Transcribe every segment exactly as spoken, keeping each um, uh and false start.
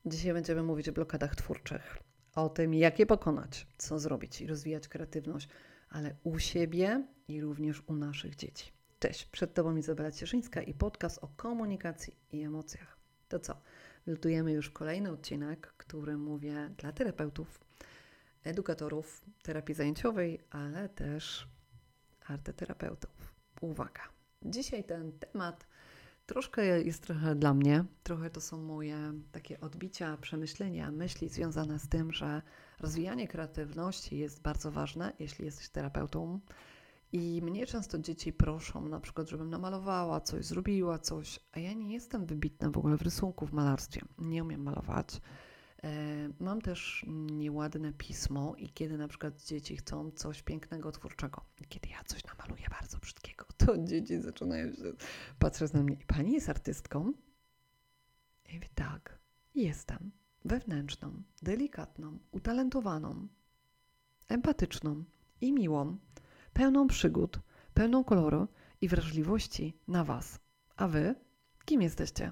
Dzisiaj będziemy mówić o blokadach twórczych, o tym, jak je pokonać, co zrobić i rozwijać kreatywność, ale u siebie i również u naszych dzieci. Cześć, przed Tobą Izabela Cieszyńska i podcast o komunikacji i emocjach. To co? Lutujemy już kolejny odcinek, który mówię dla terapeutów, edukatorów terapii zajęciowej, ale też arteterapeutów. Uwaga! Dzisiaj ten temat troszkę jest trochę dla mnie, trochę to są moje takie odbicia, przemyślenia, myśli związane z tym, że rozwijanie kreatywności jest bardzo ważne, jeśli jesteś terapeutą. I mnie często dzieci proszą na przykład, żebym namalowała coś, zrobiła coś, a ja nie jestem wybitna w ogóle w rysunku, w malarstwie. Nie umiem malować. Mam też nieładne pismo i kiedy na przykład dzieci chcą coś pięknego, twórczego, kiedy ja coś namaluję bardzo brzydkiego, to dzieci zaczynają się patrzeć na mnie. Pani jest artystką? I mówię, tak, jestem wewnętrzną, delikatną, utalentowaną, empatyczną i miłą, pełną przygód, pełną koloru i wrażliwości na Was. A Wy? Kim jesteście?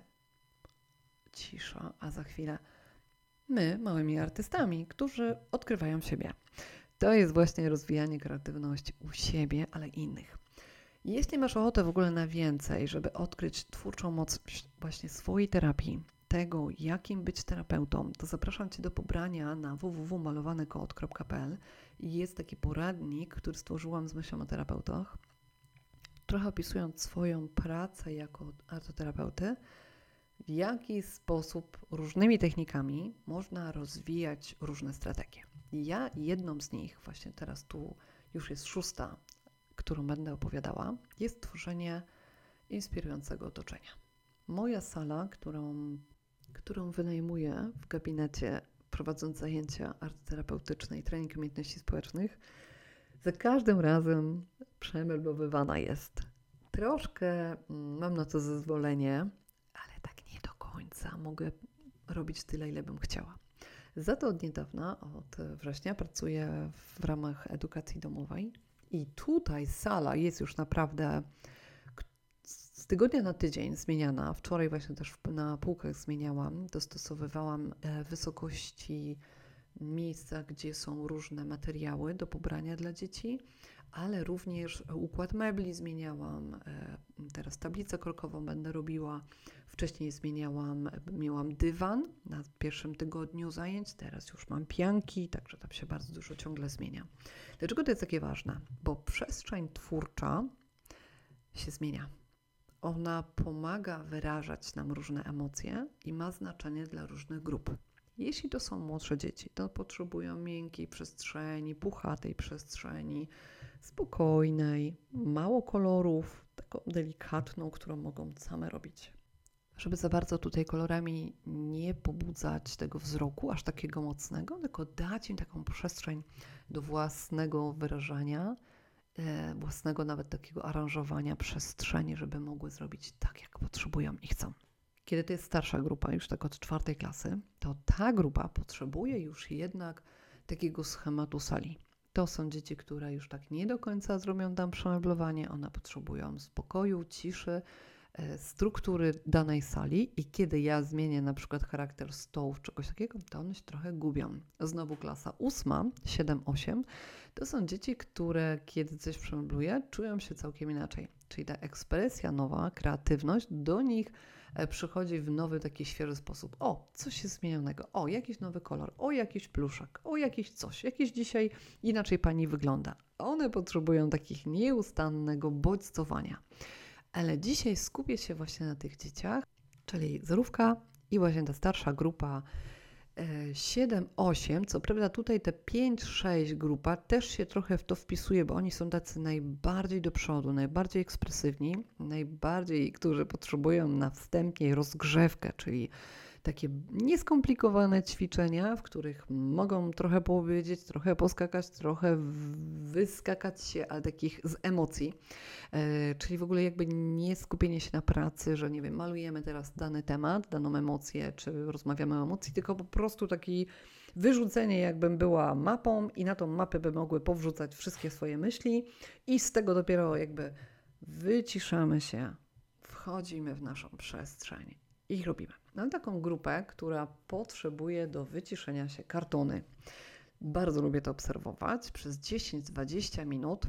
Cisza, a za chwilę my, małymi artystami, którzy odkrywają siebie. To jest właśnie rozwijanie kreatywności u siebie, ale i innych. Jeśli masz ochotę w ogóle na więcej, żeby odkryć twórczą moc właśnie swojej terapii, tego, jakim być terapeutą, to zapraszam Cię do pobrania na w w w kropka malowanykod kropka p l. Jest taki poradnik, który stworzyłam z myślą o terapeutach, trochę opisując swoją pracę jako artoterapeuty, w jaki sposób różnymi technikami można rozwijać różne strategie. Ja jedną z nich, właśnie teraz tu już jest szósta, którą będę opowiadała, jest tworzenie inspirującego otoczenia. Moja sala, którą, którą wynajmuję w gabinecie, prowadząc zajęcia artoterapeutyczne i trening umiejętności społecznych, za każdym razem przemeblowywana jest. Troszkę mam na to zezwolenie, mogę robić tyle, ile bym chciała. Za to od niedawna, od września, pracuję w ramach edukacji domowej i tutaj sala jest już naprawdę z tygodnia na tydzień zmieniana. Wczoraj właśnie też na półkach zmieniałam, dostosowywałam wysokości miejsca, gdzie są różne materiały do pobrania dla dzieci, ale również układ mebli zmieniałam, teraz tablicę krokową będę robiła, wcześniej zmieniałam, miałam dywan na pierwszym tygodniu zajęć, teraz już mam pianki, także tam się bardzo dużo ciągle zmienia. Dlaczego to jest takie ważne? Bo przestrzeń twórcza się zmienia. Ona pomaga wyrażać nam różne emocje i ma znaczenie dla różnych grup. Jeśli to są młodsze dzieci, to potrzebują miękkiej przestrzeni, puchatej przestrzeni, spokojnej, mało kolorów, taką delikatną, którą mogą same robić. Żeby za bardzo tutaj kolorami nie pobudzać tego wzroku, aż takiego mocnego, tylko dać im taką przestrzeń do własnego wyrażania, e, własnego nawet takiego aranżowania przestrzeni, żeby mogły zrobić tak, jak potrzebują i chcą. Kiedy to jest starsza grupa, już tak od czwartej klasy, to ta grupa potrzebuje już jednak takiego schematu sali. To są dzieci, które już tak nie do końca zrobią tam przemeblowanie, one potrzebują spokoju, ciszy, struktury danej sali i kiedy ja zmienię na przykład charakter stołów, czegoś takiego, to one się trochę gubią. Znowu klasa ósma, siedem, osiem, to są dzieci, które kiedy coś przemebluję, czują się całkiem inaczej. Czyli ta ekspresja nowa, kreatywność do nich przychodzi w nowy, taki świeży sposób. O, coś jest zmienionego. O, jakiś nowy kolor. O, jakiś pluszek. O, jakiś coś. Jakieś dzisiaj inaczej pani wygląda. One potrzebują takich nieustannego bodźcowania. Ale dzisiaj skupię się właśnie na tych dzieciach, czyli zerówka i właśnie ta starsza grupa siedem, osiem, co prawda tutaj te pięć, sześć grupa też się trochę w to wpisuje, bo oni są tacy najbardziej do przodu, najbardziej ekspresywni, najbardziej, którzy potrzebują na wstępie rozgrzewkę, czyli takie nieskomplikowane ćwiczenia, w których mogą trochę powiedzieć, trochę poskakać, trochę wyskakać się, ale takich z emocji. E, czyli w ogóle jakby nie skupienie się na pracy, że nie wiem, malujemy teraz dany temat, daną emocję, czy rozmawiamy o emocji, tylko po prostu taki wyrzucenie, jakbym była mapą i na tą mapę by mogły powrzucać wszystkie swoje myśli i z tego dopiero jakby wyciszamy się, wchodzimy w naszą przestrzeń i robimy. Mam taką grupę, która potrzebuje do wyciszenia się kartony. Bardzo lubię to obserwować. Przez dziesięć do dwudziestu minut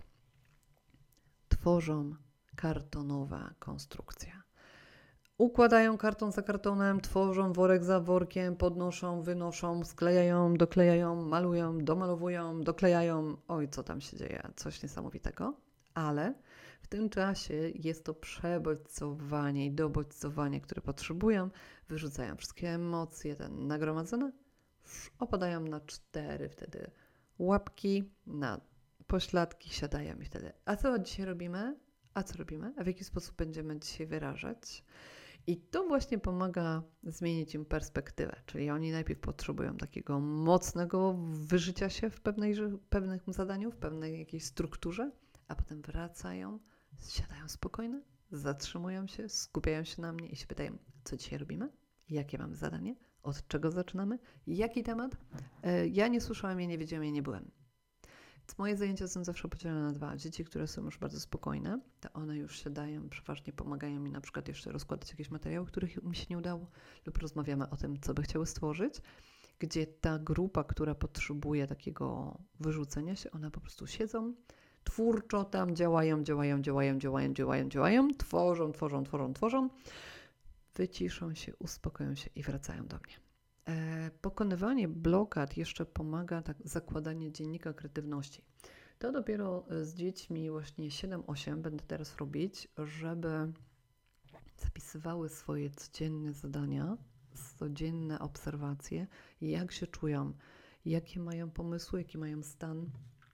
tworzą kartonowe konstrukcje. Układają karton za kartonem, tworzą worek za workiem, podnoszą, wynoszą, sklejają, doklejają, malują, domalowują, doklejają. Oj, co tam się dzieje? Coś niesamowitego. Ale w tym czasie jest to przebodźcowanie i dobodźcowanie, które potrzebują. Wyrzucają wszystkie emocje, te nagromadzone, opadają na cztery wtedy łapki, na pośladki, siadają i wtedy. A co dzisiaj robimy? A co robimy? A w jaki sposób będziemy dzisiaj wyrażać? I to właśnie pomaga zmienić im perspektywę, czyli oni najpierw potrzebują takiego mocnego wyżycia się w pewnej, pewnym zadaniu, w pewnej jakiejś strukturze, a potem wracają, siadają spokojnie, zatrzymują się, skupiają się na mnie i się pytają, co dzisiaj robimy, jakie mamy zadanie, od czego zaczynamy, jaki temat. Ja nie słyszałam, ja nie wiedziałam, ja nie byłem. Więc moje zajęcia są zawsze podzielone na dwa. Dzieci, które są już bardzo spokojne, to one już siadają, przeważnie pomagają mi na przykład jeszcze rozkładać jakieś materiały, których mi się nie udało, lub rozmawiamy o tym, co by chciały stworzyć, gdzie ta grupa, która potrzebuje takiego wyrzucenia się, one po prostu siedzą, twórczo tam działają, działają, działają, działają, działają, działają, tworzą, tworzą, tworzą, tworzą, wyciszą się, uspokoją się i wracają do mnie. E, pokonywanie blokad jeszcze pomaga tak zakładanie dziennika kreatywności. To dopiero z dziećmi właśnie siedem osiem będę teraz robić, żeby zapisywały swoje codzienne zadania, codzienne obserwacje, jak się czują, jakie mają pomysły, jaki mają stan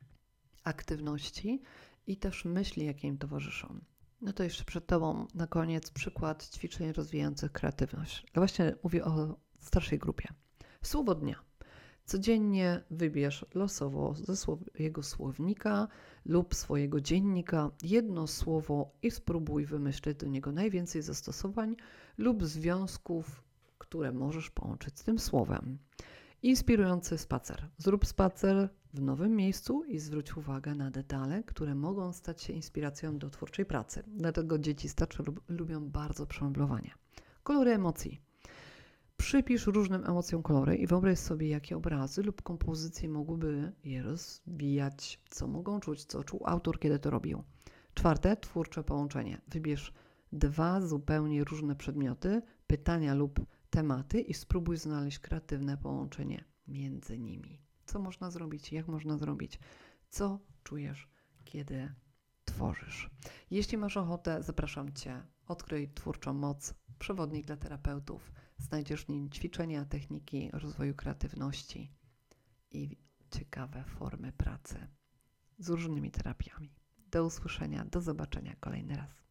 aktywności i też myśli, jakie im towarzyszą. No to jeszcze przed Tobą na koniec przykład ćwiczeń rozwijających kreatywność. Ja właśnie mówię o starszej grupie. Słowo dnia. Codziennie wybierz losowo ze swojego słownika lub swojego dziennika jedno słowo i spróbuj wymyślić do niego najwięcej zastosowań lub związków, które możesz połączyć z tym słowem. Inspirujący spacer. Zrób spacer w nowym miejscu i zwróć uwagę na detale, które mogą stać się inspiracją do twórczej pracy. Dlatego dzieci starsze lub, lubią bardzo przemeblowanie. Kolory emocji. Przypisz różnym emocjom kolory i wyobraź sobie, jakie obrazy lub kompozycje mogłyby je rozwijać, co mogą czuć, co czuł autor, kiedy to robił. Czwarte, twórcze połączenie. Wybierz dwa zupełnie różne przedmioty, pytania lub tematy i spróbuj znaleźć kreatywne połączenie między nimi. Co można zrobić, jak można zrobić, co czujesz, kiedy tworzysz. Jeśli masz ochotę, zapraszam Cię. Odkryj twórczą moc. Przewodnik dla terapeutów. Znajdziesz w nim ćwiczenia, techniki rozwoju kreatywności i ciekawe formy pracy z różnymi terapiami. Do usłyszenia, do zobaczenia kolejny raz.